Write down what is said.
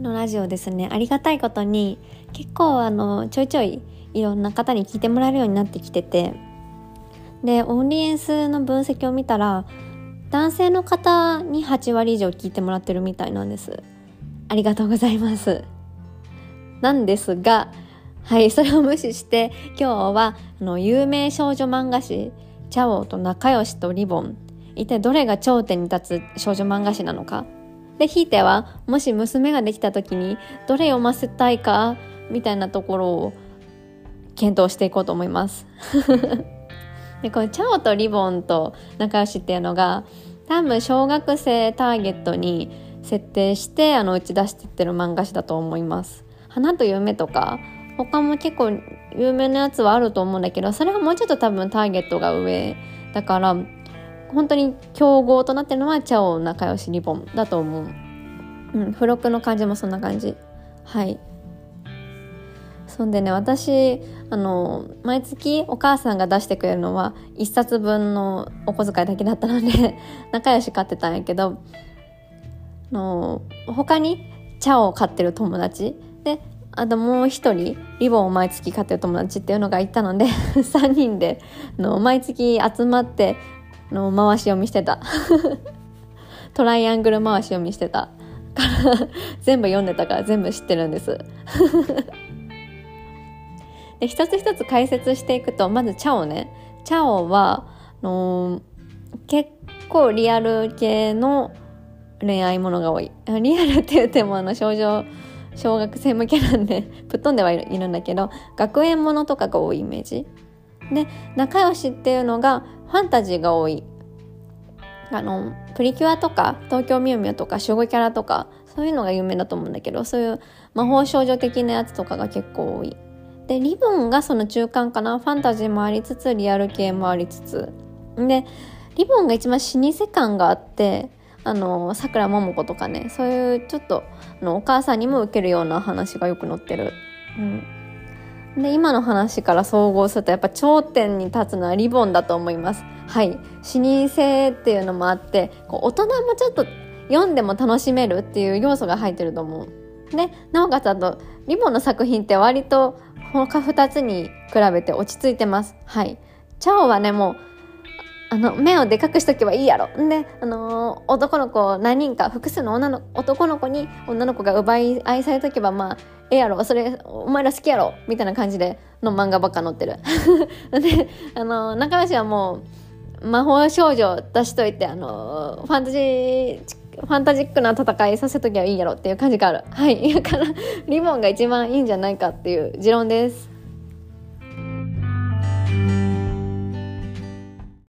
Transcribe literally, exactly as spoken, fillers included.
このラジオですね、ありがたいことに結構あのちょいちょいいろんな方に聞いてもらえるようになってきてて、でオーディエンスの分析を見たら男性の方にはちわり以上聞いてもらってるみたいなんです。ありがとうございます。なんですが、はい、それを無視して今日はあの有名少女漫画誌チャオと仲良しとリボン、一体どれが頂点に立つ少女漫画誌なのかで、ひいてはもし娘ができた時にどれ読ませたいかみたいなところを検討していこうと思いますでこのチャオとリボンと仲良しっていうのが多分小学生ターゲットに設定してあの打ち出してってる漫画誌だと思います。花と夢とか他も結構有名なやつはあると思うんだけど、それはもうちょっと多分ターゲットが上だから本当に競合となってるのはチャオ仲良しリボンだと思う。うん、付録の感じもそんな感じ。はい。そんでね、私あの毎月お母さんが出してくれるのはいっさつぶんのお小遣いだけだったので仲良し買ってたんやけど、あの他にチャオを買ってる友達で、あともう一人リボンを毎月買ってる友達っていうのがいたのでさんにんであの毎月集まっての回し読みしてたトライアングル回し読みしてたから全部読んでたから全部知ってるんですで一つ一つ解説していくと、まずチャオね。チャオはあのー、結構リアル系の恋愛ものが多い。リアルって言ってもあの少女小学生向けなんでぶっ飛んではいる、いるんだけど、学園ものとかが多いイメージで、仲良しっていうのがファンタジーが多い。あのプリキュアとか東京ミュウミュウとか守護キャラとかそういうのが有名だと思うんだけど、そういう魔法少女的なやつとかが結構多い。でリボンがその中間かな。ファンタジーもありつつリアル系もありつつで、リボンが一番老舗感があって、あのさくらももことかね、そういうちょっとあのお母さんにも受けるような話がよく載ってる。うん、で今の話から総合するとやっぱ頂点に立つのはリボンだと思います。はい、老舗っていうのもあって、こう大人もちょっと読んでも楽しめるっていう要素が入ってると思う。でなおかつあとリボンの作品って割と他ふたつに比べて落ち着いてます。はい、チャオはねもうあの目をでかくしとけばいいやろ。で、あのー、男の子何人か複数の女の男の子に女の子が奪い愛されとけばまあええやろ、それお前ら好きやろみたいな感じでの漫画ばっか載ってるで、あのー、仲良しはもう魔法少女出しといて、あのー、ファンタジーファンタジックな戦いさせときゃいいやろっていう感じがある。はい、だからリボンが一番いいんじゃないかっていう持論です。